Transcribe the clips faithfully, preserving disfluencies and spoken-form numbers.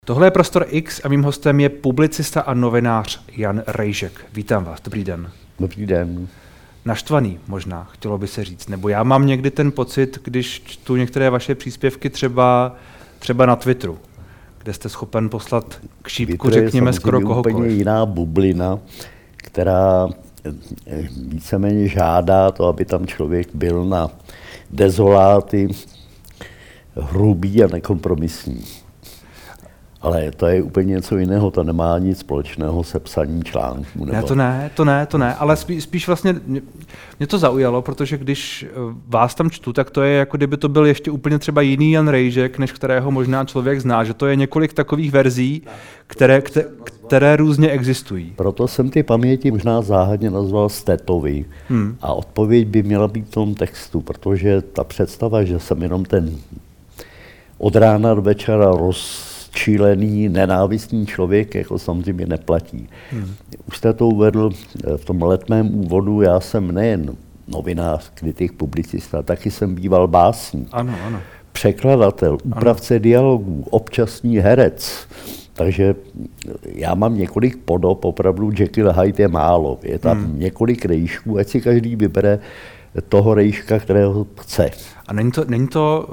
Tohle je Prostor X a mým hostem je publicista a novinář Jan Rejžek. Vítám vás, dobrý den. Dobrý den. Naštvaný možná, chtělo by se říct. Nebo já mám někdy ten pocit, když čtu některé vaše příspěvky třeba, třeba na Twitteru, kde jste schopen poslat k šípku, Twitter řekněme, skoro kohokoliv. Je úplně jiná bublina, která víceméně žádá to, aby tam člověk byl na dezoláty, hrubý a nekompromisní. Ale to je úplně něco jiného, to nemá nic společného se psaním článků. Ne, to ne, to ne, to ne, ale spíš, spíš vlastně mě, mě to zaujalo, protože když vás tam čtu, tak to je jako kdyby to byl ještě úplně třeba jiný Jan Rejžek, než kterého možná člověk zná, že to je několik takových verzí, které, které, které různě existují. Proto jsem ty paměti možná záhadně nazval Stetovi hmm. a odpověď by měla být v tom textu, protože ta představa, že jsem jenom ten od rána do večera roz čílený, nenávistný člověk, jako samozřejmě neplatí. Hmm. Už jste to uvedl v tom letmém úvodu, já jsem nejen novinář, kritik, publicista, taky jsem býval básník, ano, ano. překladatel, úpravce ano. dialogů, občasný herec. Takže já mám několik podob, opravdu Jekyll Hyde je málo. Je tam hmm. několik rejšků, ať si každý vybere toho rejška, kterého chce. A není to... Není to...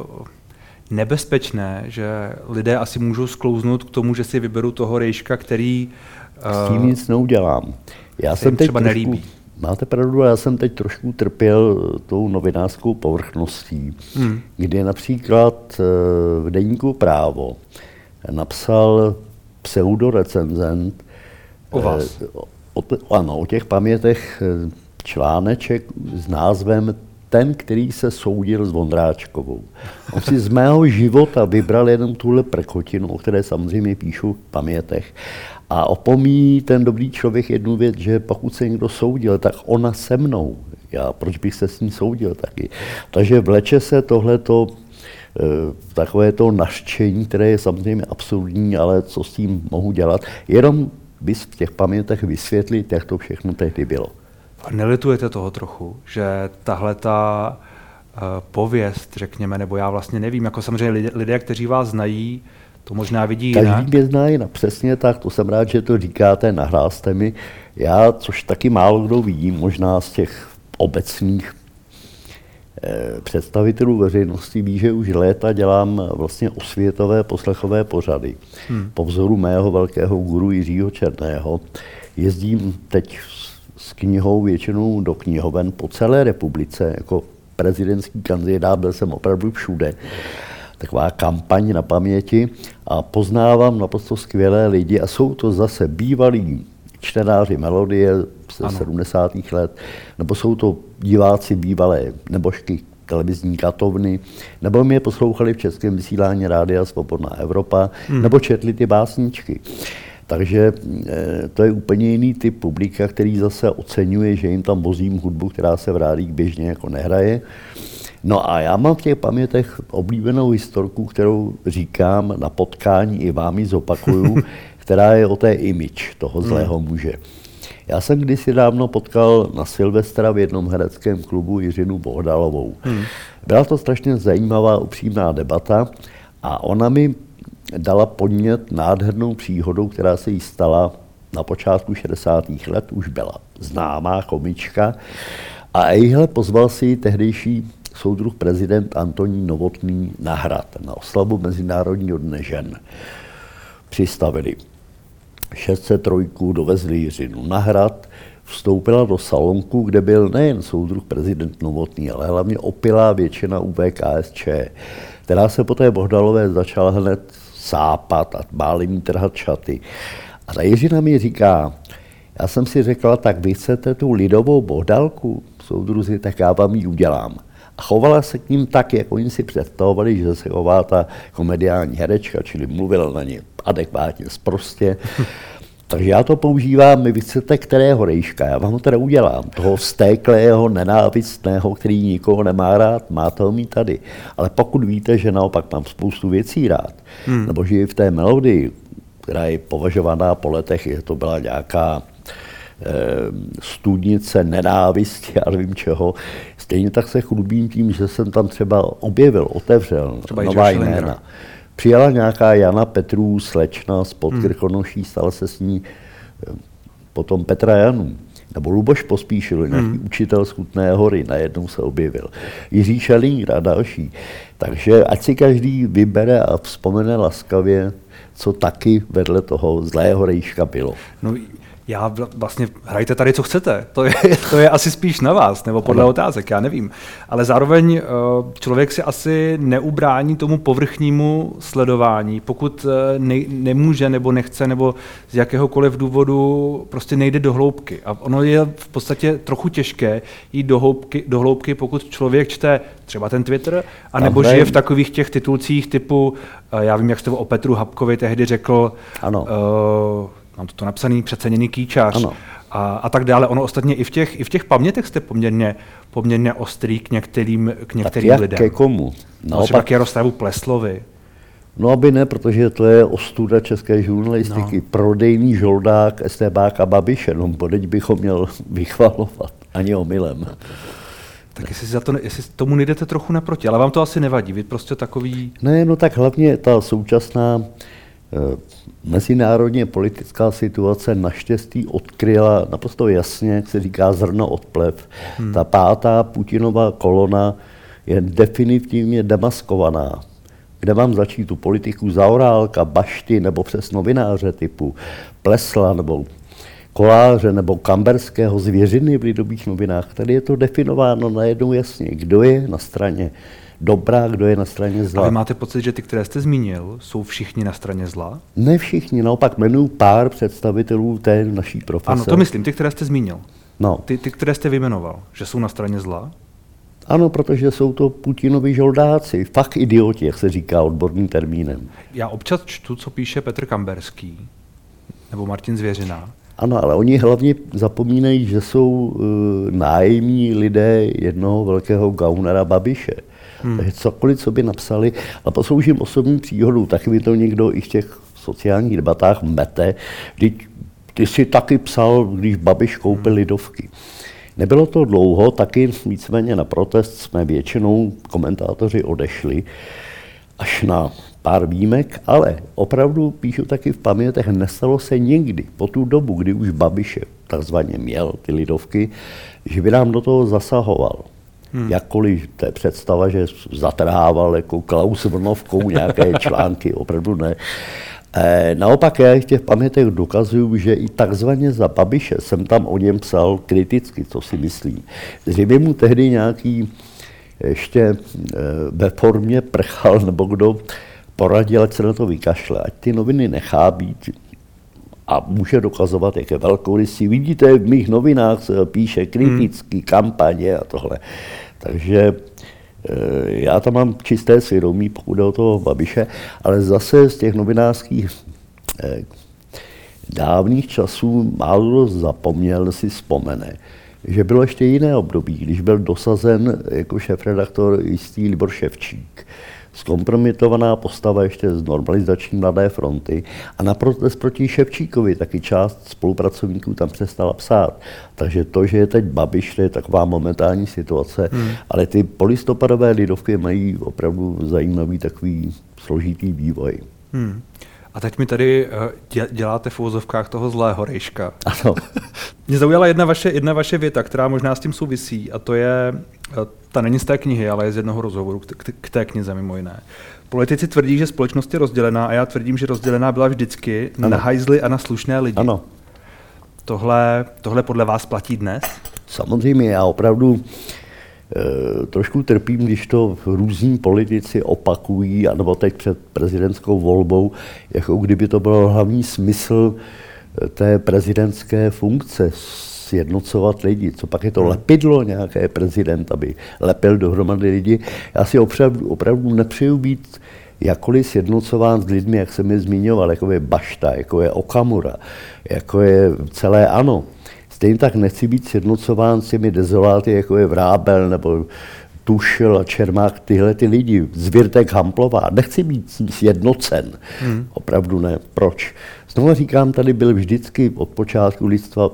nebezpečné, že lidé asi můžou sklouznout k tomu, že si vyberou toho rejška, který... S tím nic neudělám. Já jsem teď třeba trošku, nelíbí. Máte pravdu, já jsem teď trošku trpěl tou novinářskou povrchností, hmm. kdy například v deníku Právo napsal pseudorecenzent o vás. O, o, ano, o těch pamětech článeček s názvem Ten, který se soudil s Vondráčkovou. On si z mého života vybral jenom tuhle prkotinu, o které samozřejmě píšu v pamětech. A opomíjí ten dobrý člověk jednu věc, že pokud se někdo soudil, tak ona se mnou. Já proč bych se s ní soudil taky? Takže vleče se tohleto, eh, takové to nařčení, které je samozřejmě absurdní, ale co s tím mohu dělat? Jenom bys v těch pamětech vysvětlit, jak to všechno tehdy bylo. A nelitujete toho trochu, že tahle ta uh, pověst, řekněme, nebo já vlastně nevím, jako samozřejmě lidé, lidé, kteří vás znají, to možná vidí jinak. Každý mě zná jinak, přesně tak, to jsem rád, že to říkáte, nahráste mi. Já, což taky málo kdo vidím, možná z těch obecných eh, představitelů veřejnosti, ví, že už léta dělám vlastně osvětové poslechové pořady. Hmm. Po vzoru mého velkého guru Jiřího Černého. Jezdím teď s knihou většinou do knihoven po celé republice, jako prezidentský kandidát, byl jsem opravdu všude. Taková kampaň na paměti a poznávám naprosto skvělé lidi a jsou to zase bývalí čtenáři Melodie ze ano. sedmdesátých let, nebo jsou to diváci bývalé nebožky televizní katovny, nebo mě poslouchali v českém vysílání Rádia Svobodná Evropa, hmm. nebo četli ty básničky. Takže to je úplně jiný typ publika, který zase oceňuje, že jim tam vozím hudbu, která se v rádiích běžně jako nehraje. No a já mám v těch pamětech oblíbenou historku, kterou říkám na potkání, i vám ji zopakuju, která je o té image toho zlého muže. Já jsem kdysi dávno potkal na Silvestra v jednom hereckém klubu Jiřinu Bohdalovou. Hmm. Byla to strašně zajímavá, upřímná debata a ona mi dala podnět nádhernou příhodou, která se jí stala na počátku šedesátých let, už byla známá komička. A ejhle pozval si tehdejší soudruh prezident Antonín Novotný na Hrad, na oslavu Mezinárodního dne žen. Přistavili šest set tři, dovezli Jiřinu na Hrad, vstoupila do salonku, kde byl nejen soudruh prezident Novotný, ale hlavně opilá většina U V K S Č, která se po té Bohdalové začala hned sápat a báli mi trhat šaty. A ta Jiřina mi říká, já jsem si řekla, tak vy chcete tu lidovou Bohdalku, soudruzi, tak já vám ji udělám. A chovala se k ním tak, jak oni si představovali, že se chová ta komediální herečka, čili mluvila na ně adekvátně sprostě. Takže já to používám, vy chcete kterého rejška, já vám ho teda udělám, toho vztéklého, nenávistného, který nikoho nemá rád, máte ho mít tady. Ale pokud víte, že naopak mám spoustu věcí rád, hmm. nebo že i v té melodii, která je považovaná po letech, že to byla nějaká eh, studnice nenávisti, já nevím čeho, stejně tak se chlubím tím, že jsem tam třeba objevil, otevřel třeba nová jména. Přijala nějaká Jana Petrů slečna z Podkrkonoší, stala se s ní potom Petra Janů. Nebo Luboš Pospíšil, nějaký hmm. učitel z Kutné Hory, najednou se objevil. Jiří Šalír a další. Takže ať si každý vybere a vzpomene laskavě, co taky vedle toho zlého rejška bylo. No, já vlastně hrajte tady, co chcete. To je, to je asi spíš na vás, nebo podle ano. otázek, já nevím. Ale zároveň člověk si asi neubrání tomu povrchnímu sledování, pokud ne, nemůže, nebo nechce, nebo z jakéhokoliv důvodu prostě nejde do hloubky. A ono je v podstatě trochu těžké jít do hloubky, do hloubky, pokud člověk čte třeba ten Twitter, anebo žije v takových těch titulcích typu, já vím, jak jste o Petru Habkovi tehdy řekl, ano. Uh, mám to napsaný, přeceněný kýčař a, a tak dále. Ono ostatně i v těch, i v těch pamětech jste poměrně, poměrně ostrý k některým, k některým tak lidem. Ke komu? No, třeba k Jaroslavu Pleslovi. No aby ne, protože to je ostuda české žurnalistiky. No. Prodejný žoldák, estébák a Babiše. No, podeď bychom měl vychvalovat. Ani omylem. Tak jestli, za to, jestli tomu nejdete trochu naproti, ale vám to asi nevadí, vy prostě takový... Ne, no tak hlavně ta současná mezinárodně politická situace naštěstí odkryla naprosto jasně, jak se říká, zrno od plev. Hmm. Ta pátá Putinova kolona je definitivně demaskovaná. Kde mám začít tu politiku Zaorálka, Bašty nebo přes novináře typu Plesla nebo Koláře nebo Kamberského z Věřiny v Lidových novinách. Tady je to definováno najednou jasně, kdo je na straně dobrá, kdo je na straně zla. Ale máte pocit, že ty, které jste zmínil, jsou všichni na straně zla? Ne všichni, naopak jmenuji pár představitelů té naší profese. Ano, to myslím, ty, které jste zmínil. No. Ty, ty, které jste vyjmenoval, že jsou na straně zla? Ano, protože jsou to Putinovi žoldáci, fakt idioti, jak se říká odborným termínem. Já občas čtu, co píše Petr Kamberský nebo Martin Zvěřina. Ano, ale oni hlavně zapomínají, že jsou uh, nájemní lidé jednoho velkého gaunera Babiše. Hmm. Takže cokoliv, co by napsali, a posloužím osobní příhodu, taky mi to někdo i v těch sociálních debatách mete, když ty si taky psal, když Babiš koupil hmm. Lidovky. Nebylo to dlouho, taky víceméně na protest jsme většinou komentátoři odešli, až na pár výjimek, ale opravdu píšu taky v pamětech, nestalo se nikdy po tu dobu, kdy už Babiš takzvaně měl ty Lidovky, že by nám do toho zasahoval. Hmm. Jakkoliv to je představa, že zatrhával jako Klaus Vlnovkou nějaké články, opravdu ne. E, naopak já v těch pamětech dokazuju, že i takzvaně za Babiše jsem tam o něm psal kriticky, co si myslím. Zřejmě mu tehdy nějaký ještě e, ve formě prchal, nebo kdo poradil, ať se na to vykašle, ať ty noviny nechá být a může dokazovat, jak je velkorysý. Vidíte, v mých novinách se píše kritický hmm. kampaně a tohle. Takže e, já tam mám čisté svědomí, pokud jde o toho Babiše, ale zase z těch novinářských e, dávných časů málo zapomněl, si vzpomene, že bylo ještě jiné období, když byl dosazen jako šéfredaktor jistý Libor Ševčík. Zkompromitovaná postava ještě z normalizační Mladé fronty a na protest proti Ševčíkovi taky část spolupracovníků tam přestala psát. Takže to, že je teď Babiš, to je taková momentální situace, hmm. ale ty polistopadové Lidovky mají opravdu zajímavý takový složitý vývoj. Hmm. A teď mi tady děláte v uvozovkách toho zlého rejška. Ano. Mě zaujala jedna vaše, jedna vaše věta, která možná s tím souvisí, a to je, ta není z té knihy, ale je z jednoho rozhovoru k, k té knize mimo jiné. Politici tvrdí, že společnost je rozdělená a já tvrdím, že rozdělená byla vždycky ano. na hajzly a na slušné lidi. Ano. Tohle, tohle podle vás platí dnes? Samozřejmě, já opravdu e, trošku trpím, když to různí politici opakují, anebo teď před prezidentskou volbou, jako kdyby to byl hlavní smysl té prezidentské funkce, sjednocovat lidi. Co pak je to lepidlo nějaké prezident, aby lepil dohromady lidi. Já si opravdu, opravdu nepřeju být jakkoliv sjednocován s lidmi, jak jsem je zmiňoval, jako je Bašta, jako je Okamura, jako je celé ANO. Stejně tak nechci být sjednocován s těmi dezoláty, jako je Vrábel nebo Tušil a Čermák, tyhle ty lidi, Zvirtek, Hamplová. Nechci být sjednocen. Hmm. Opravdu ne. Proč? Znovu říkám, tady byl vždycky od počátku lidstva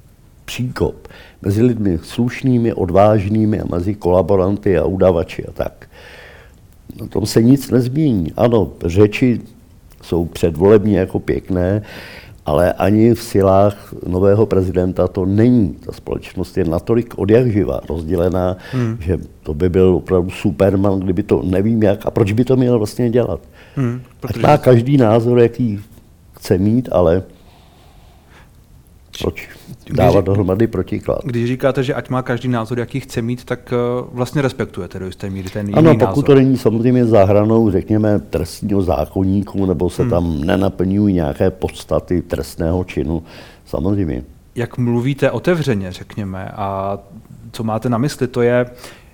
příkop mezi lidmi slušnými, odvážnými a mezi kolaboranty a udavači a tak. na tom se nic nezmění. Ano, řeči jsou předvolební jako pěkné, ale ani v silách nového prezidenta to není. Ta společnost je natolik odjakživa rozdělená, hmm. že to by byl opravdu Superman, kdyby to nevím jak a proč by to měl vlastně dělat. Hmm, protože... Ať má každý názor, jaký chce mít, ale proč dávat dohromady protiklad. Když říkáte, že ať má každý názor, jaký chce mít, tak vlastně respektujete do jisté míry ten jiný ano, názor. Ano, pokud to není samozřejmě za hranou, řekněme, trestního zákoníku, nebo se hmm. tam nenaplňují nějaké podstaty trestného činu, samozřejmě. Jak mluvíte otevřeně, řekněme, a co máte na mysli, to je,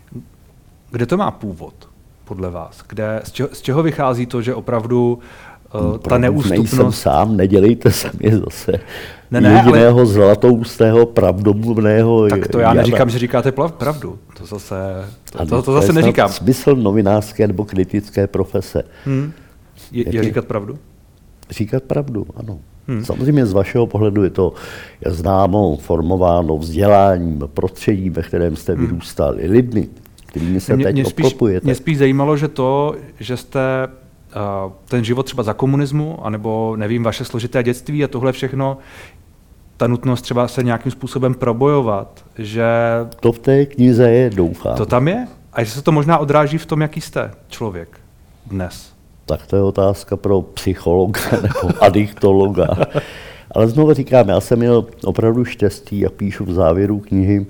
kde to má původ, podle vás? Kde, z, čeho, z čeho vychází to, že opravdu uh, ta neústupnost... Nejsem sám, nedělejte se mě zase ne, ne, jediného ale... zlatoustého, pravdomluvného... Tak to já jada. Neříkám, že říkáte pravdu. To zase, to, to, to, to zase to je neříkám. Smysl novinářské nebo kritické profese. Hmm. Je, je říkat pravdu? Říkat pravdu, ano. Hmm. Samozřejmě z vašeho pohledu je to známo, formováno vzděláním, prostředím, ve kterém jste hmm. vyrůstali, lidmi, kterými se mě, teď mě obklopujete. Mě spíš zajímalo, že to, že jste uh, ten život třeba za komunismu, anebo nevím, vaše složité dětství a tohle všechno, ta nutnost třeba se nějakým způsobem probojovat, že... To v té knize je, doufám. To tam je? A že se to možná odráží v tom, jaký jste člověk dnes? Tak to je otázka pro psychologa nebo adiktologa. Ale znovu říkám, já jsem měl opravdu štěstí, jak píšu v závěru knihy,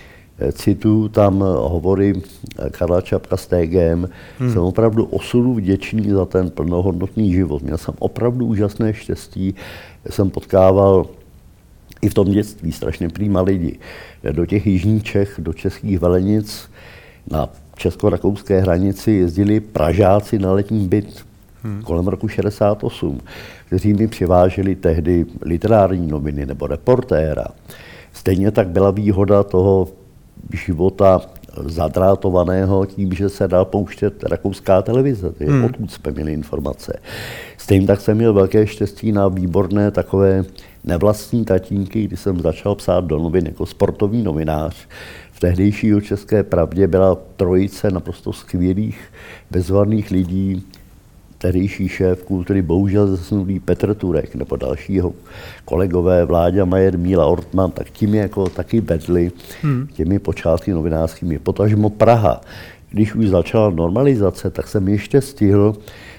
cituju tam hovory Karla Čapka s T G M. Hmm. Jsem opravdu osudu vděčný za ten plnohodnotný život. Měl jsem opravdu úžasné štěstí. Jsem potkával i v tom dětství strašně prýma lidi. Do těch jižních Čech, do českých Velenic, na česko-rakouské hranici jezdili Pražáci na letní byt hmm. kolem roku šedesát osm, kteří mi přiváželi tehdy literární noviny nebo reportéra. Stejně tak byla výhoda toho života zadrátovaného tím, že se dal pouštět rakouská televize. Hmm. Odkud jsme měli informace. Stejně tak jsem měl velké štěstí na výborné takové nevlastní tatínky, kdy jsem začal psát do novin jako sportovní novinář. V tehdejšího České pravdě byla trojice naprosto skvělých, bezvadných lidí, tehdejší šéf kultury, bohužel zesnulý Petr Turek, nebo dalšího kolegové Vláďa Majer, Míla Ortman, tak tím jako taky vedli hmm. těmi počátky novinářskými. Potažmo Praha. Když už začala normalizace, tak jsem ještě stihl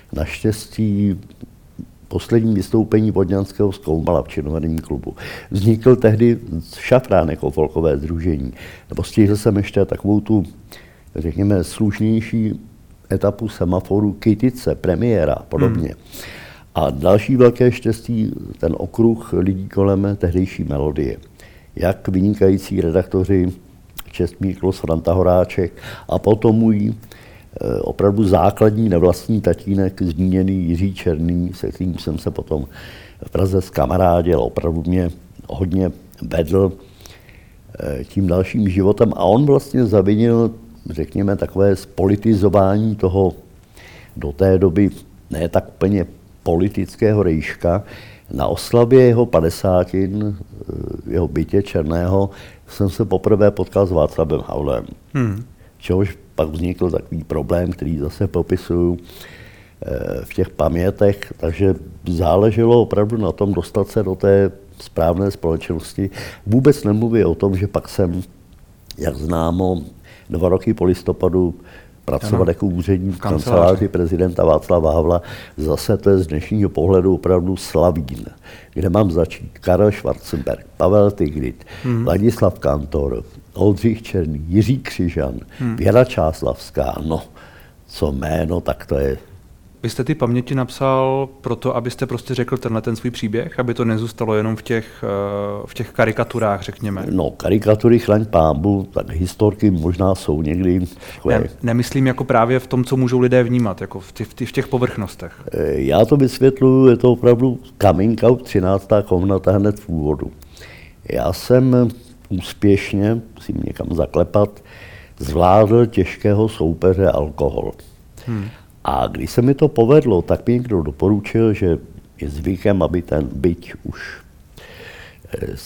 naštěstí poslední vystoupení Vodňanského Zkoumala v Činoherním klubu. Vznikl tehdy Šafrán jako folkové sdružení. Nebo stihl jsem ještě takovou tu, řekněme, slušnější etapu semaforu Kytice, premiéra a podobně. Hmm. A další velké štěstí, ten okruh lidí kolem tehdejší Melodie. Jak vynikající redaktoři Čestmír Klos, Franta Horáček a potom můj opravdu základní nevlastní tatínek, zmíněný Jiří Černý, se kterým jsem se potom v Praze zkamarádil, opravdu mě hodně vedl tím dalším životem a on vlastně zavinil, řekněme, takové spolitizování toho do té doby ne tak úplně politického rejška. Na oslavě jeho padesátin, jeho bytě Černého, jsem se poprvé potkal s Václavem Havlem. Hmm. Čehož pak vznikl takový problém, který zase popisuju v těch pamětech, takže záleželo opravdu na tom dostat se do té správné společnosti. Vůbec nemluví o tom, že pak jsem, jak známo, dva roky po listopadu pracovat ano. jako úředník v kanceláři prezidenta Václava Havla. Zase to je z dnešního pohledu opravdu slavín, kde mám začít. Karel Schwarzenberg, Pavel Tigrit, hmm. Ladislav Kantor, Oldřich Černý, Jiří Křižan, hmm. Věra Čáslavská, no, co jméno, tak to je. Vy jste ty paměti napsal proto, abyste prostě řekl tenhle ten svůj příběh, aby to nezůstalo jenom v těch, v těch karikaturách, řekněme? No, karikatury chraň pánbu, tak historky možná jsou někdy. Ne, nemyslím jako právě v tom, co můžou lidé vnímat, jako v těch, v těch povrchnostech. Já to vysvětluji, je to opravdu coming out, třináctá komnata hned v úvodu. Já jsem úspěšně, musím někam zaklepat, zvládl těžkého soupeře alkohol. Hmm. A když se mi to povedlo, tak mi někdo doporučil, že je zvykem, aby ten byť už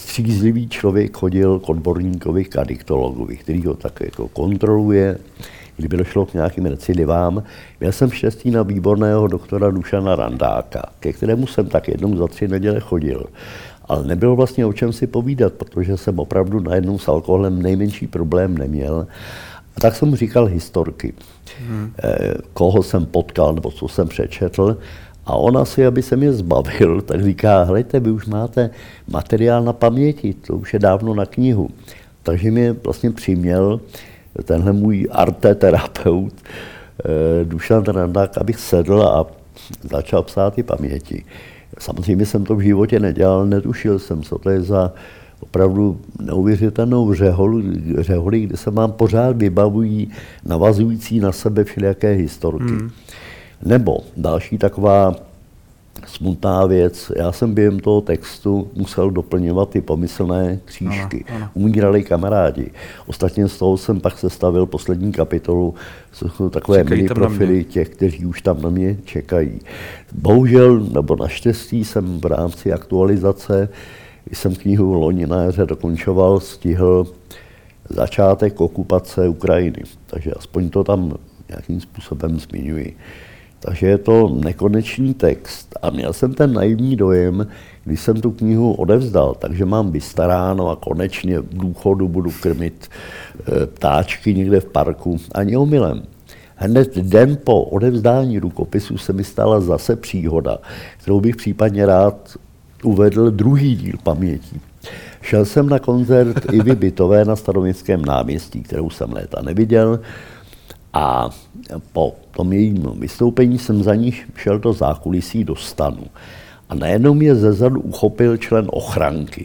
střízlivý člověk chodil k odborníkovi, k adiktologovi, který ho tak jako kontroluje, kdyby došlo k nějakým recidivám. Měl jsem štěstí na výborného doktora Dušana Randáka, ke kterému jsem tak jednou za tři neděle chodil. Ale nebylo vlastně o čem si povídat, protože jsem opravdu najednou s alkoholem nejmenší problém neměl. A tak jsem mu říkal historky, hmm. koho jsem potkal nebo co jsem přečetl. A on asi, aby se mě zbavil, tak říká, hejte, vy už máte materiál na paměti, to už je dávno na knihu. Takže mě vlastně přiměl tenhle můj arteterapeut Dušan Randák, abych sedl a začal psát ty paměti. Samozřejmě jsem to v životě nedělal, netušil jsem, co to je za opravdu neuvěřitelnou řeholi, řeholi, kde se vám pořád vybavují navazující na sebe všelijaké historky. Hmm. Nebo další taková smutná věc, já jsem během toho textu musel doplňovat ty pomyslné křížky. Ano, ano. Umírali kamarádi. Ostatně z toho jsem pak sestavil poslední kapitolu, jsou takové mini profily těch, kteří už tam na mě čekají. Bohužel, nebo naštěstí jsem v rámci aktualizace, když jsem knihu loni na jaře dokončoval, stihl začátek okupace Ukrajiny. Takže aspoň to tam nějakým způsobem zmiňuji. Takže je to nekonečný text a měl jsem ten naivní dojem, když jsem tu knihu odevzdal, takže mám vystaráno a konečně v důchodu budu krmit ptáčky někde v parku. Ani omylem. Hned den po odevzdání rukopisu se mi stala zase příhoda, kterou bych případně rád uvedl druhý díl pamětí. Šel jsem na koncert Ivy Bytové na Staroměstském náměstí, kterou jsem léta neviděl, a po tom jejím vystoupení jsem za ní šel do zákulisí do stanu. A najednou mě zezadu uchopil člen ochranky.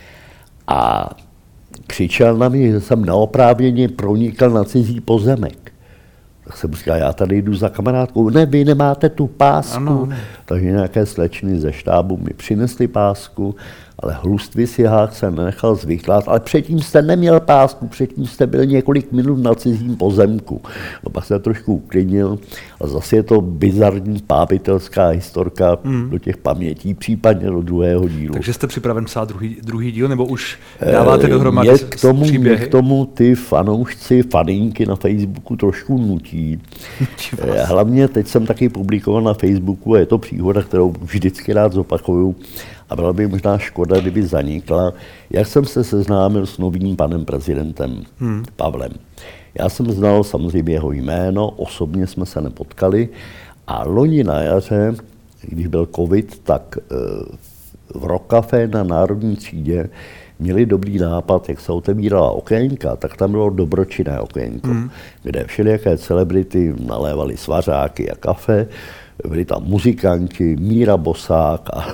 A křičel na mě, že jsem neoprávněně pronikl na cizí pozemek. Tak jsem říkal, já tady jdu za kamarádkou. Ne, vy nemáte tu pásku. Ano. Takže nějaké slečny ze štábu mi přinesly pásku, ale hluství si hák jsem nenechal zvyklát. Ale předtím jste neměl pásku, předtím jste byl několik minut na cizím pozemku. No pak se trošku uklidnil a zase je to bizarní pápitelská historka hmm. do těch pamětí, případně do druhého dílu. Takže jste připraven psát druhý, druhý díl, nebo už dáváte dohromady mě k tomu, mě k tomu ty fanoušci, faninky na Facebooku trošku nutí. Hlavně teď jsem taky publikoval na Facebooku a je to příhoda, kterou vždycky rád zopakuju. A byla by možná škoda, kdyby zanikla. Jak jsem se seznámil s novým panem prezidentem hmm. Pavlem. Já jsem znal samozřejmě jeho jméno, osobně jsme se nepotkali a loni na jaře, když byl covid, tak v Rock Café na Národní třídě měli dobrý nápad, jak se otevírala okénka, tak tam bylo dobročinné okénko, hmm. kde všelijaké celebrity nalévali svařáky a kafe. Byli tam muzikanti, Míra Bosák a,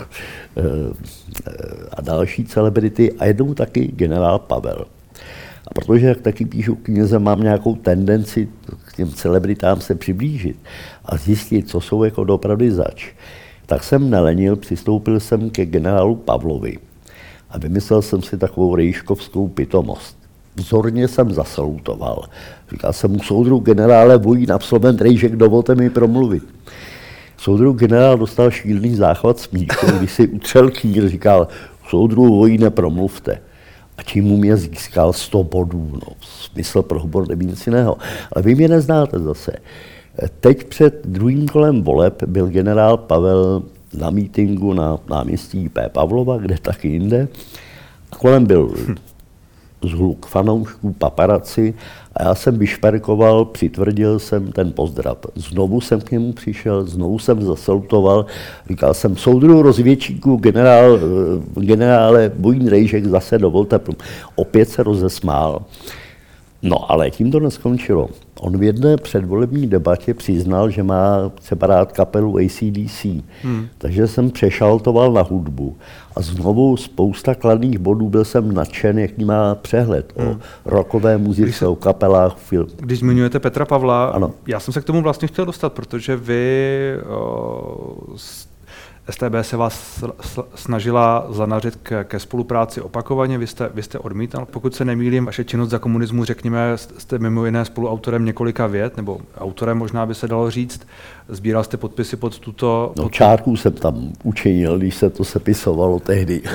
a další celebrity a jednou taky generál Pavel. A protože, jak taky píšu v knize, mám nějakou tendenci k těm celebritám se přiblížit a zjistit, co jsou jako doopravdy zač, tak jsem nelenil, přistoupil jsem ke generálu Pavlovi a vymyslel jsem si takovou rejškovskou pitomost. Vzorně jsem zasalutoval. Říkal jsem mu, soudru generále Vojín, absolvent Rejžek, dovolte mi promluvit. Soudruh generál dostal šílený záchvat smíchu, když si utřel knír, říkal, soudruhu Vojíne, promluvte. A tím mu mě získal sto bodů, no, smysl pro humor neví nic jiného. Ale vy mě neznáte zase. Teď před druhým kolem voleb byl generál Pavel na mítinku na náměstí P. Pavlova, kde taky jinde. A kolem byl zhluk fanoušků, paparaci a já jsem vyšperkoval, přitvrdil jsem ten pozdrav. Znovu jsem k němu přišel, znovu jsem zasalutoval, říkal jsem, soudruhu rozvědčíku, generál, generále Vojín Rejžek, zase dovolte, opět se rozesmál. No ale tím to neskončilo. On v jedné předvolební debatě přiznal, že má separát kapelu A C D C. Hmm. Takže jsem přešaltoval na hudbu. A znovu spousta kladných bodů, byl jsem nadšen, jaký má přehled hmm. o rockové muzice, o kapelách, film. Když zmiňujete Petra Pavla, ano. Já jsem se k tomu vlastně chtěl dostat, protože vy o, S T B se vás snažila zanařit ke, ke spolupráci opakovaně, vy jste, vy jste odmítal. Pokud se nemýlím, vaše činnost za komunismu, řekněme, jste mimo jiné spoluautorem několika vět, nebo autorem možná by se dalo říct. Sbíral jste podpisy pod tuto... No pod... čárku jsem tam učinil, když se to sepisovalo tehdy.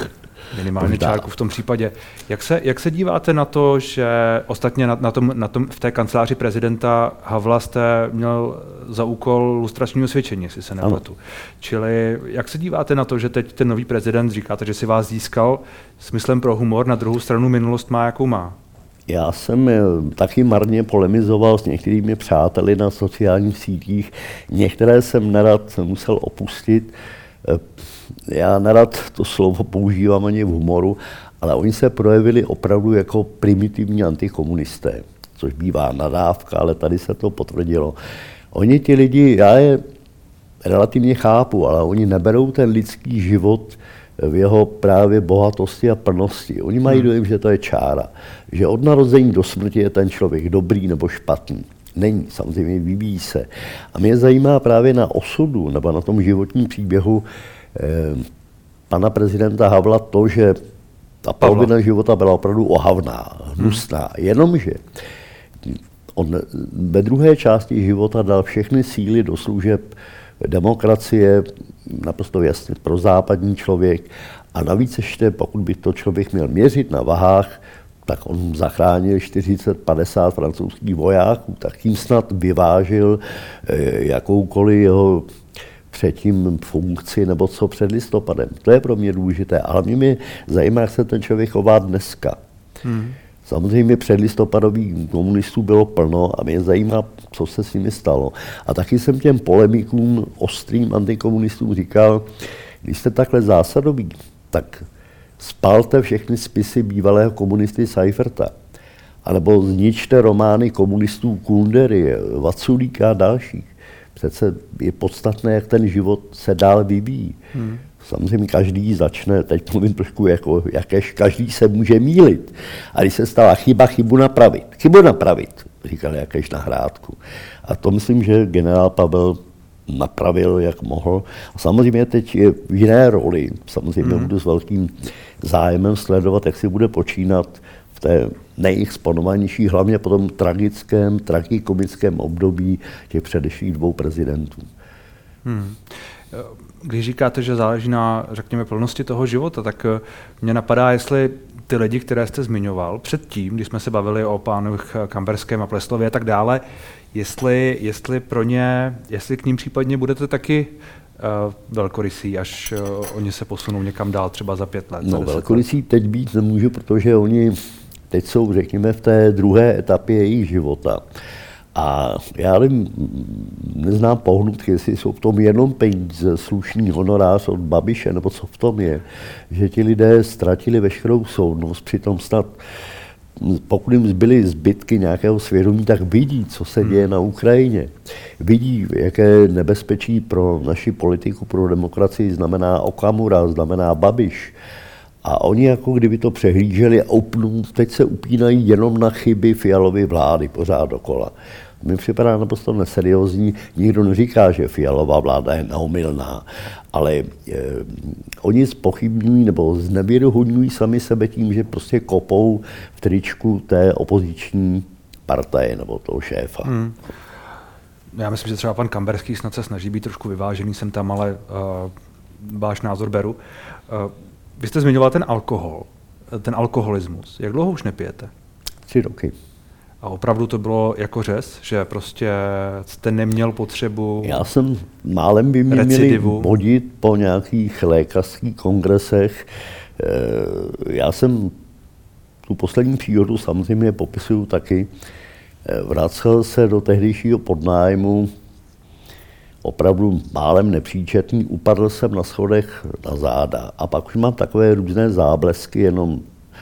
Minimálně Možná. čárku v tom případě. Jak se, jak se díváte na to, že ostatně na, na, tom, na tom, v té kanceláři prezidenta Havla jste měl za úkol lustrační osvědčení, jestli se nepletu. Čili jak se díváte na to, že teď ten nový prezident, říkáte, že si vás získal smyslem pro humor, na druhou stranu minulost má, jakou má? Já jsem taky marně polemizoval s některými přáteli na sociálních sítích. Některé jsem nerad musel opustit. Já nerad to slovo používám ani v humoru, ale oni se projevili opravdu jako primitivní antikomunisté, což bývá nadávka, ale tady se to potvrdilo. Oni ti lidi, já je relativně chápu, ale oni neberou ten lidský život v jeho právě bohatosti a plnosti. Oni mají dojem, že to je čára, že od narození do smrti je ten člověk dobrý nebo špatný. Není, samozřejmě vyvíjí se. A mě zajímá právě na osudu nebo na tom životním příběhu eh, pana prezidenta Havla to, že ta polovina života byla opravdu ohavná, hnusná. Hmm. Jenomže on ve druhé části života dal všechny síly do služeb demokracie, naprosto jasně pro západní člověk. A navíc ještě, pokud by to člověk měl měřit na vahách, tak on zachránil čtyřicet padesát francouzských vojáků, tak tím snad vyvážil eh, jakoukoliv jeho předtím funkci nebo co před listopadem. To je pro mě důležité, ale mě zajímá, jak se ten člověk chová dneska. Hmm. Samozřejmě předlistopadových komunistů bylo plno a mě zajímá, co se s nimi stalo. A taky jsem těm polemikům, ostrým antikomunistům říkal, když jste takhle zásadoví, tak spalte všechny spisy bývalého komunisty Seiferta. Anebo zničte romány komunistů Kundery, Vaculíka a dalších. Přece je podstatné, jak ten život se dál vyvíjí. Hmm. Samozřejmě každý začne, teď mluvím trošku jako, jakéž každý se může mýlit. A když se stala chyba, chybu napravit. Chybu napravit, říkal Jakéž na Hrádku. A to myslím, že generál Pavel napravil, jak mohl. A samozřejmě teď je v jiné roli. Samozřejmě mm. budu s velkým zájemem sledovat, jak si bude počínat v té nejexponovanější, hlavně po tom tragickém, tragikomickém období těch předešlých dvou prezidentů. Hmm. Když říkáte, že záleží na, řekněme, plnosti toho života, tak mě napadá, jestli ty lidi, které jste zmiňoval předtím, když jsme se bavili o pánoch Kamberském a Pleslově a tak dále, jestli, jestli pro ně, jestli k ním případně budete taky uh, velkorysí, až uh, oni se posunou někam dál, třeba za pět let. No, velkorysí teď být nemůžu, protože oni teď jsou, řekněme, v té druhé etapě jejich života. A já nevím, neznám pohnutky, jestli jsou v tom jenom peníze, slušný honorář od Babiše, nebo co v tom je, že ti lidé ztratili veškerou soudnost, přitom snad, pokud jim zbyly zbytky nějakého svědomí, tak vidí, co se děje na Ukrajině. Vidí, jaké nebezpečí pro naši politiku, pro demokracii znamená Okamura, znamená Babiš. A oni jako kdyby to přehlíželi a upnou, teď se upínají jenom na chyby Fialovy vlády pořád dokola. Mi připadá naprosto neseriózní, nikdo neříká, že Fialová vláda je neomylná, ale eh, oni zpochybňují nebo znevěrohodňují sami sebe tím, že prostě kopou v tričku té opoziční partaje nebo toho šéfa. Hmm. Já myslím, že třeba pan Kamberský snad se snaží být trošku vyvážený sem tam, ale uh, váš názor beru. Uh, Vy jste zmiňoval ten alkohol, ten alkoholismus. Jak dlouho už nepijete? Tři roky. A opravdu to bylo jako řez, že prostě jste neměl potřebu Já jsem málem by mě měli bodit po nějakých lékařských kongresech. Já jsem tu poslední příhodu samozřejmě popisuju taky. Vracel se do tehdejšího podnájmu, opravdu málem nepříčetný, upadl jsem na schodech na záda. A pak už mám takové různé záblesky, jenom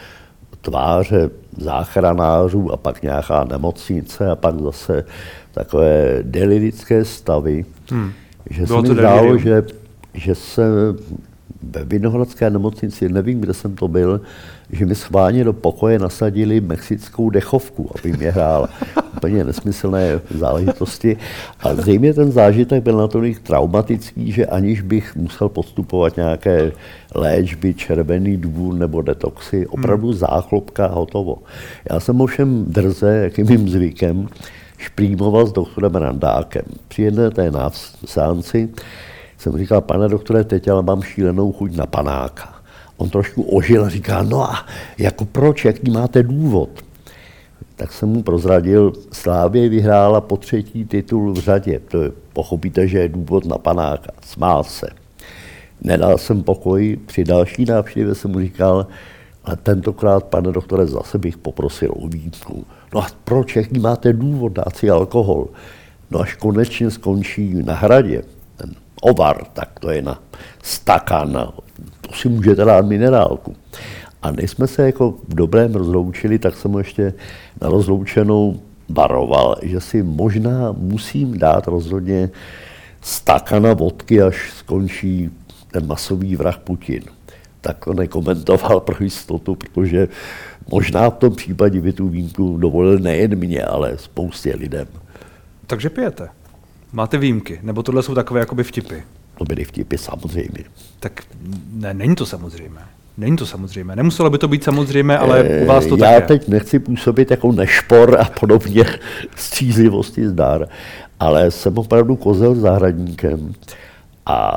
tváře záchranářů a pak nějaká nemocnice a pak zase takové delirické stavy. Hmm. Že se mi zdálo, že, že se ve Vinohradské nemocnici, nevím, kde jsem to byl, že mi schválně do pokoje nasadili mexickou dechovku, aby mě hrál úplně nesmyslné záležitosti. A zřejmě ten zážitek byl natolik traumatický, že aniž bych musel podstupovat nějaké léčby, červený dvůr nebo detoxy, opravdu záchlopka hotovo. Já jsem ovšem drze, jakým mým zvykem, šprýmoval s doktorem Randákem. Při jedné té seanci jsem říkal, pane doktore, teď ale mám šílenou chuť na panáka. On trošku ožil a říká, no a jako proč, jaký máte důvod? Tak jsem mu prozradil, Slávě vyhrála po třetí titul v řadě. To je, pochopíte, že je důvod na panáka. Smál se. Nedal jsem pokoj, při další návštěvě jsem mu říkal, ale tentokrát, pane doktore, zase bych poprosil o výjimku. No a proč, jaký máte důvod dát si alkohol? No až konečně skončí na hradě, ten ovar, tak to je na stakan, to si můžete dát minerálku. A než jsme se jako v dobrém rozloučili, tak jsem ještě na rozloučenou varoval, že si možná musím dát rozhodně stakana vodky, až skončí ten masový vrah Putin. Tak to nekomentoval pro jistotu, protože možná v tom případě by tu výjimku dovolil nejen mě, ale spoustě lidem. Takže pijete? Máte výjimky? Nebo tohle jsou takové jakoby vtipy? To byly vtipy samozřejmě. Tak ne, není to samozřejmé. Není to samozřejmé. Nemuselo by to být samozřejmé, ale u vás to Já tak je. teď nechci působit jako nešpor a podobně střízlivosti zdár, ale jsem opravdu kozel zahradníkem a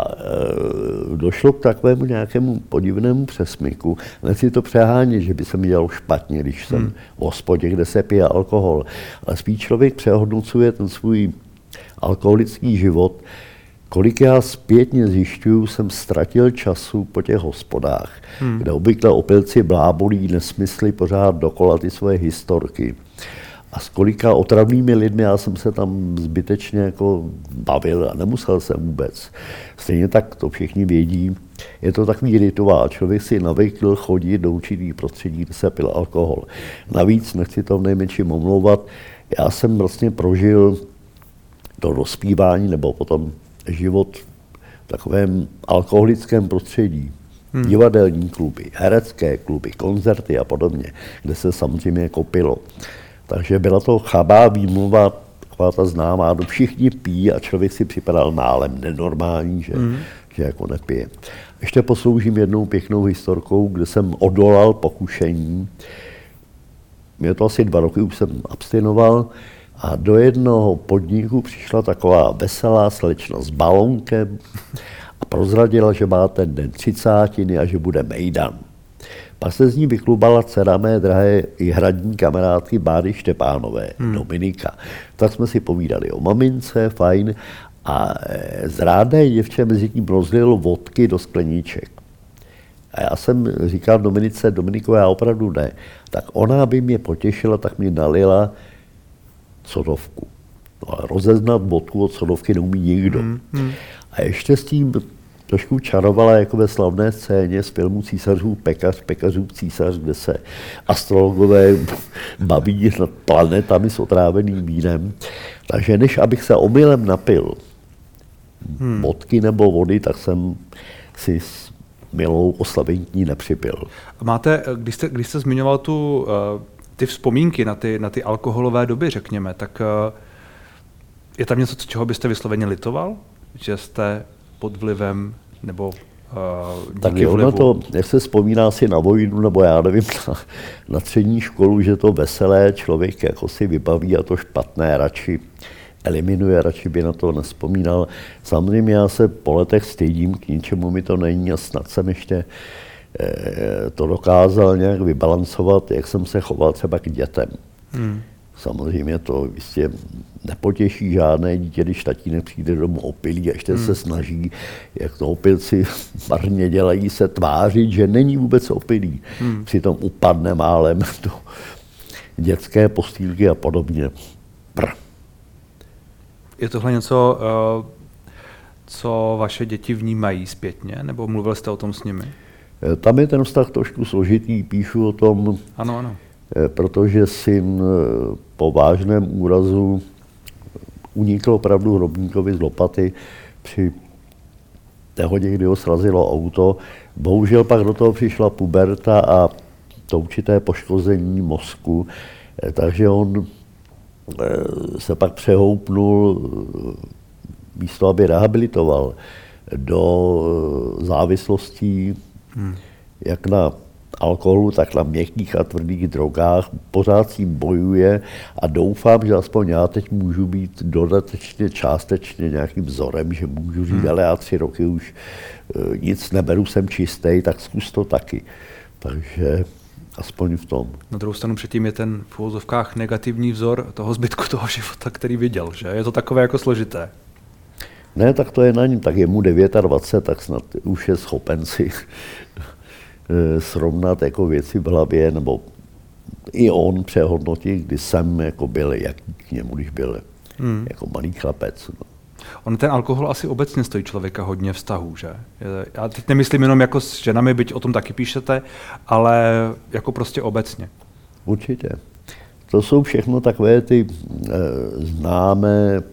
e, došlo k takovému nějakému podivnému přesmyku. Nechci to přehánět, že by se mi dělalo špatně, když jsem hmm. v hospodě, kde se pije alkohol. Ale spíš člověk přehodnocuje ten svůj alkoholický život. Kolik já zpětně zjišťuju, jsem ztratil času po těch hospodách, hmm. kde obvykle opilci blábolí, nesmysly pořád dokola ty svoje historky. A s kolika otravnými lidmi já jsem se tam zbytečně jako bavil a nemusel jsem vůbec. Stejně tak to všichni vědí. Je to takový rituál. Člověk si navykl chodit do určitých prostředí, kde se pil alkohol. Navíc, nechci to v nejmenším omlouvat, já jsem vlastně prožil to dospívání nebo potom život v takovém alkoholickém prostředí. Hmm. Divadelní kluby, herecké kluby, koncerty a podobně, kde se samozřejmě jako pilo. Takže byla to chabá výmluva, taková ta známá, no všichni pijí a člověk si připadal málem nenormální, že, hmm. že jako nepije. Ještě posloužím jednou pěknou historkou, kde jsem odolal pokušení. Mě to asi dva roky, už jsem abstinoval, a do jednoho podniku přišla taková veselá slečna s balonkem a prozradila, že má ten den třicátiny a že bude mejdan. Pak se z ní vyklubala dcera mé drahé i hradní kamarádky Báry Štěpánové, hmm. Dominika. Tak jsme si povídali o mamince, fajn, a zrádné děvče mezi tím rozlil vodky do skleníček. A já jsem říkal Dominice, Dominiko, já opravdu ne. Tak ona by mě potěšila, tak mi nalila sodovku. No, ale rozeznat vodku od sodovky neumí nikdo. Hmm, hmm. A ještě s tím trošku čarovala jako ve slavné scéně z filmu Císařův pekař, Pekařův císař, kde se astrologové baví nad planetami s otráveným vínem. Takže než abych se omylem napil hmm. vodky nebo vody, tak jsem si s milou oslaventní nepřipil. Máte, když jste, když jste zmiňoval tu uh... ty vzpomínky na ty, na ty alkoholové doby, řekněme, tak uh, je tam něco, čeho byste vysloveně litoval? Že jste pod vlivem nebo uh, díky tak je ono to, jak se vzpomíná si na vojnu, nebo já nevím, na, na střední školu, že to veselé člověk jako si vybaví a to špatné radši eliminuje, radši by na to nespomínal. Samozřejmě já se po letech stydím, k ničemu mi to není a snad jsem ještě to dokázal nějak vybalancovat, jak jsem se choval třeba k dětem. Hmm. Samozřejmě to jistě nepotěší žádné dítě, když tatínek přijde domů opilý a ještě hmm. se snaží, jak to opilci marně dělají, se tvářit, že není vůbec opilý. Hmm. Přitom upadne málem do dětské postýlky a podobně. Prr. Je tohle něco, co vaše děti vnímají zpětně, nebo mluvil jste o tom s nimi? Tam je ten vztah trošku složitý, píšu o tom, ano, ano. protože syn po vážném úrazu unikl opravdu hrobníkovi z lopaty při té hodě, kdy ho srazilo auto. Bohužel pak do toho přišla puberta a to určité poškození mozku, takže on se pak přehoupnul, místo aby rehabilitoval, do závislostí, Hmm. jak na alkoholu, tak na měkkých a tvrdých drogách, pořád s tím bojuje a doufám, že aspoň já teď můžu být dodatečně, částečně nějakým vzorem, že můžu říct, hmm. ale já tři roky už uh, nic neberu, jsem čistý, tak zkus to taky. Takže aspoň v tom. Na druhou stranu předtím je ten v uvozovkách negativní vzor toho zbytku toho života, který viděl, že? Je to takové jako složité. Ne, tak to je na něm, tak je mu dvacet devět, tak snad už je schopen si srovnat jako věci v hlavě, nebo i on přehodnotit, kdy jsem jako byl, jaký k němu, když byl hmm. jako malý chlapec. No. On ten alkohol asi obecně stojí člověka hodně vztahů, že? Já teď nemyslím jenom jako s ženami, byť o tom taky píšete, ale jako prostě obecně. Určitě. To jsou všechno takové ty e, známé e,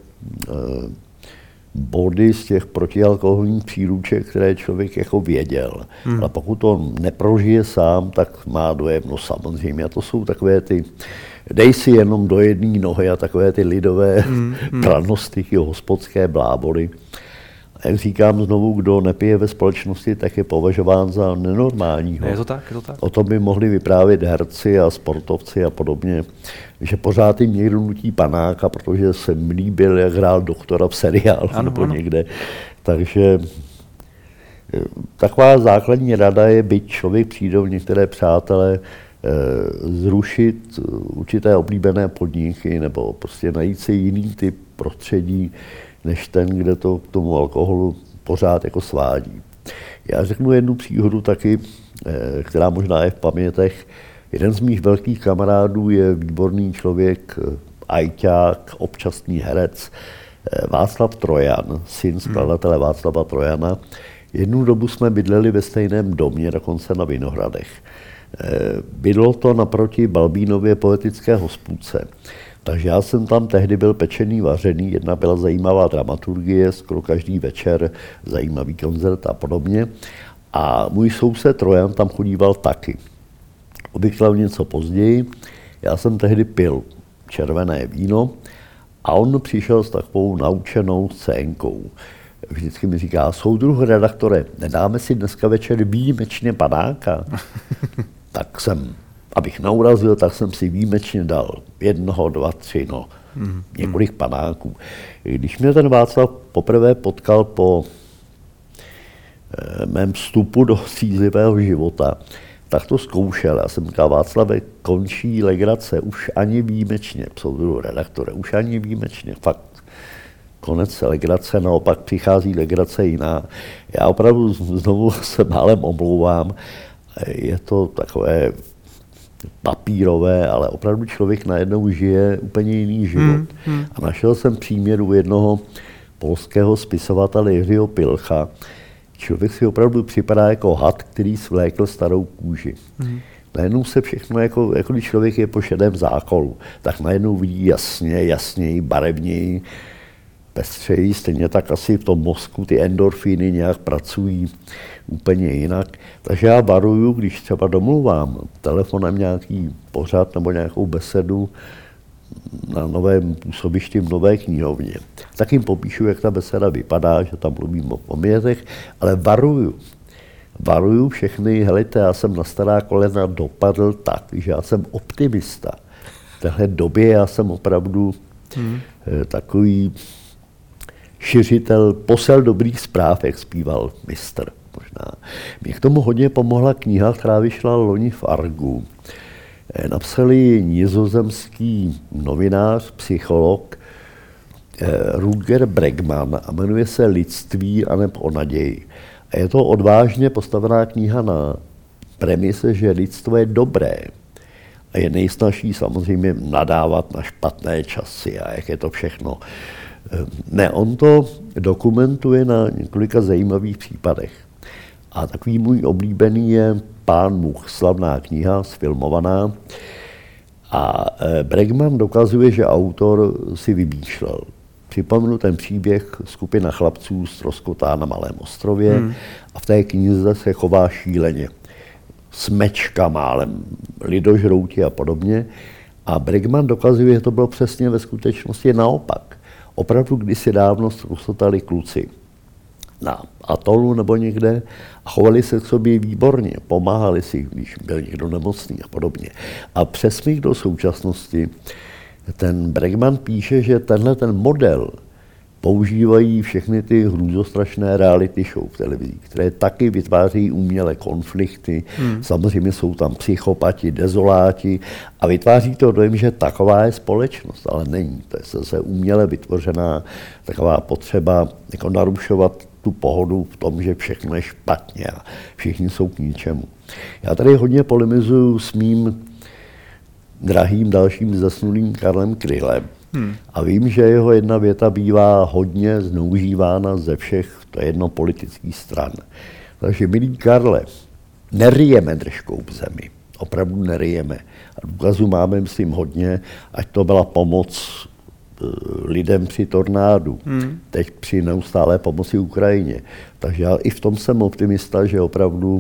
body z těch protialkoholních příruček, které člověk jako věděl. Hmm. Ale pokud to neprožije sám, tak má dojem, no samozřejmě. A to jsou takové ty, dej si jenom do jedné nohy a takové ty lidové hmm. pranostiky, hospodské bláboly. A jak říkám znovu, kdo nepije ve společnosti, tak je považován za nenormálního. Je to tak, je to tak. O tom by mohli vyprávět herci a sportovci a podobně, že pořád jim někdo nutí panáka, protože se mi líbil, jak hrál doktora v seriálu ano, nebo ano. někde. Takže taková základní rada je, byť člověk přijdou některé přátelé, zrušit určité oblíbené podniky nebo prostě najít si jiný typ prostředí, než ten, kde to k tomu alkoholu pořád jako svádí. Já řeknu jednu příhodu taky, která možná je v pamětech. Jeden z mých velkých kamarádů je výborný člověk, ajťák, občasný herec, Václav Trojan, syn skladatele Václava Trojana. Jednu dobu jsme bydleli ve stejném domě, dokonce na Vinohradech. Bydlo to naproti Balbínově poetické hospůdce. Takže já jsem tam tehdy byl pečený, vařený, jedna byla zajímavá dramaturgie, skoro každý večer zajímavý koncert a podobně. A můj soused Trojan tam chodíval taky. Obvykle něco později, já jsem tehdy pil červené víno a on přišel s takovou naučenou scénkou. Vždycky mi říká, soudruh redaktore, nedáme si dneska večer výjimečně panáka? Tak jsem, abych neurazil, tak jsem si výjimečně dal jednoho, dva, tři, no, mm, několik mm. panáků. Když mě ten Václav poprvé potkal po e, mém vstupu do střízlivého života, tak to zkoušel. Já jsem říkal, Václave, končí legrace, už ani výjimečně, soudruh redaktore, už ani výjimečně, fakt. Konec legrace, naopak přichází legrace jiná. Já opravdu znovu se málem omlouvám, je to takové papírové, ale opravdu člověk najednou žije úplně jiný život. Hmm, hmm. A našel jsem příměr u jednoho polského spisovatele Jiřího Pilcha. Člověk si opravdu připadá jako had, který svlékl starou kůži. Hmm. Najednou se všechno, jako, jako když člověk je po šedém zákolu, tak najednou vidí jasně, jasněji, barevněji, pestřejí, stejně tak asi v tom mozku ty endorfíny nějak pracují úplně jinak. Takže já varuju, když třeba domluvám telefonem nějaký pořad nebo nějakou besedu na novém působišti v Nové knihovně, tak jim popíšu, jak ta beseda vypadá, že tam mluvím o poměrech, ale varuju. Varuju všechny, helejte, já jsem na stará kolena dopadl tak, že já jsem optimista. V téhle době já jsem opravdu hmm. takový šiřitel, posel dobrých zpráv, jak zpíval mistr. Možná. Mě k tomu hodně pomohla kniha, která vyšla loni v Argu. Napsali nizozemský novinář, psycholog Rutger Bregman a jmenuje se Lidství aneb o naději. A je to odvážně postavená kniha na premise, že lidstvo je dobré. A je nejsnažší samozřejmě nadávat na špatné časy a jak je to všechno. Ne, on to dokumentuje na několika zajímavých případech. A takový můj oblíbený je Pán much, slavná kniha, sfilmovaná. A Bregman dokazuje, že autor si vymýšlel. Připomenu ten příběh, skupina chlapců ztroskotá na malém ostrově hmm. a v té knize se chová šíleně. Smečka málem, lidožrouti a podobně. A Bregman dokazuje, že to bylo přesně ve skutečnosti naopak. Opravdu kdysi dávno ztrostotali kluci. na atolu nebo někde a chovali se k sobě výborně, pomáhali si, když byl někdo nemocný a podobně. A přesně do současnosti ten Bregman píše, že tenhle ten model používají všechny ty hrůzostrašné reality show v televizi, které taky vytváří umělé konflikty, hmm. samozřejmě jsou tam psychopati, dezoláti a vytváří to dojem, že taková je společnost, ale není. To je zase uměle vytvořená taková potřeba jako narušovat tu pohodu v tom, že všechno je špatně a všichni jsou k ničemu. Já tady hodně polemizuju s mým drahým dalším zesnulým Karlem Krylem. Hmm. A vím, že jeho jedna věta bývá hodně zneužívána ze všech, to je jedno, politických stran. Takže, milý Karle, neryjeme držkou v zemi. Opravdu neryjeme. A důkazů máme, myslím, hodně, ať to byla pomoc lidem při tornádu, hmm. teď při neustálé pomoci Ukrajině. Takže já i v tom jsem optimista, že opravdu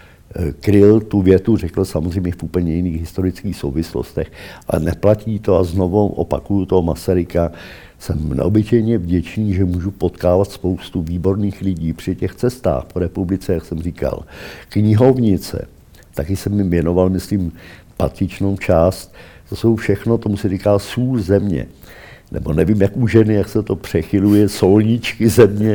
Kryl tu větu řekl samozřejmě v úplně jiných historických souvislostech, ale neplatí to a znovu opakuju toho Masaryka. Jsem neobyčejně vděčný, že můžu potkávat spoustu výborných lidí při těch cestách po republice, jak jsem říkal. Knihovnice, taky jsem jim věnoval, myslím, patřičnou část. To jsou všechno, tomu se říká sůl země. Nebo nevím, jak u ženy, jak se to přechyluje, solníčky země,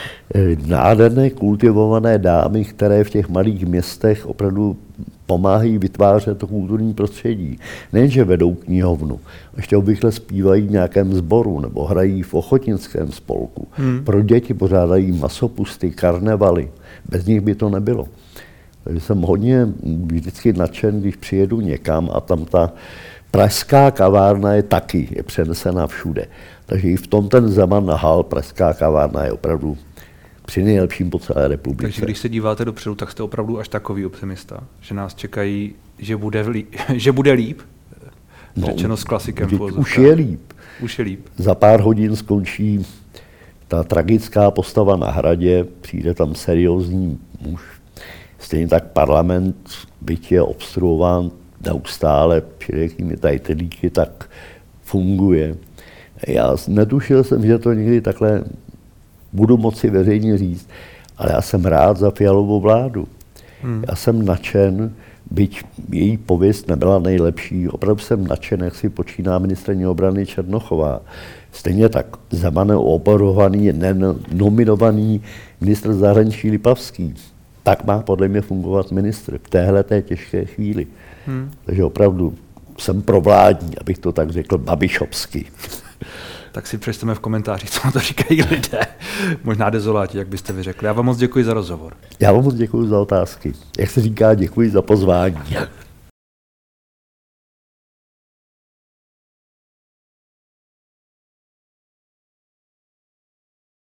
nádherné kultivované dámy, které v těch malých městech opravdu pomáhají vytvářet to kulturní prostředí. Nejenže vedou knihovnu, ještě obvykle zpívají v nějakém sboru nebo hrají v ochotnickém spolku. Hmm. Pro děti pořádají masopusty, karnevaly. Bez nich by to nebylo. Takže jsem hodně vždycky nadšen, když přijedu někam a tam ta pražská kavárna je taky, je přenesená všude. Takže i v tom ten Zeman nahal, pražská kavárna je opravdu při nejlepším po celé republice. Takže když se díváte dopředu, tak jste opravdu až takový optimista, že nás čekají, že bude, líp, že bude líp, no, řečeno s klasikem. Už je líp. Už je líp. Za pár hodin skončí ta tragická postava na Hradě, přijde tam seriózní muž. Stejně tak parlament, byť je obstruován neustále všelijakými tajtelíky, tak funguje. Já netušil jsem, že to někdy takhle budu moci veřejně říct, ale já jsem rád za Fialovou vládu. Hmm. Já jsem nadšen, byť její pověst nebyla nejlepší, opravdu jsem nadšen, jak si počíná ministryně obrany Černochová. Stejně tak Zemanem oborovaný, nominovaný ministr zahraničí Lipavský. Tak má podle mě fungovat ministr v téhleté těžké chvíli. Hmm. Takže opravdu jsem provládní, abych to tak řekl, babišovsky. Tak si přečteme v komentářích, co na to říkají lidé. Možná dezoláti, jak byste vy řekli. Já vám moc děkuji za rozhovor. Já vám moc děkuji za otázky. Jak se říká, děkuji za pozvání.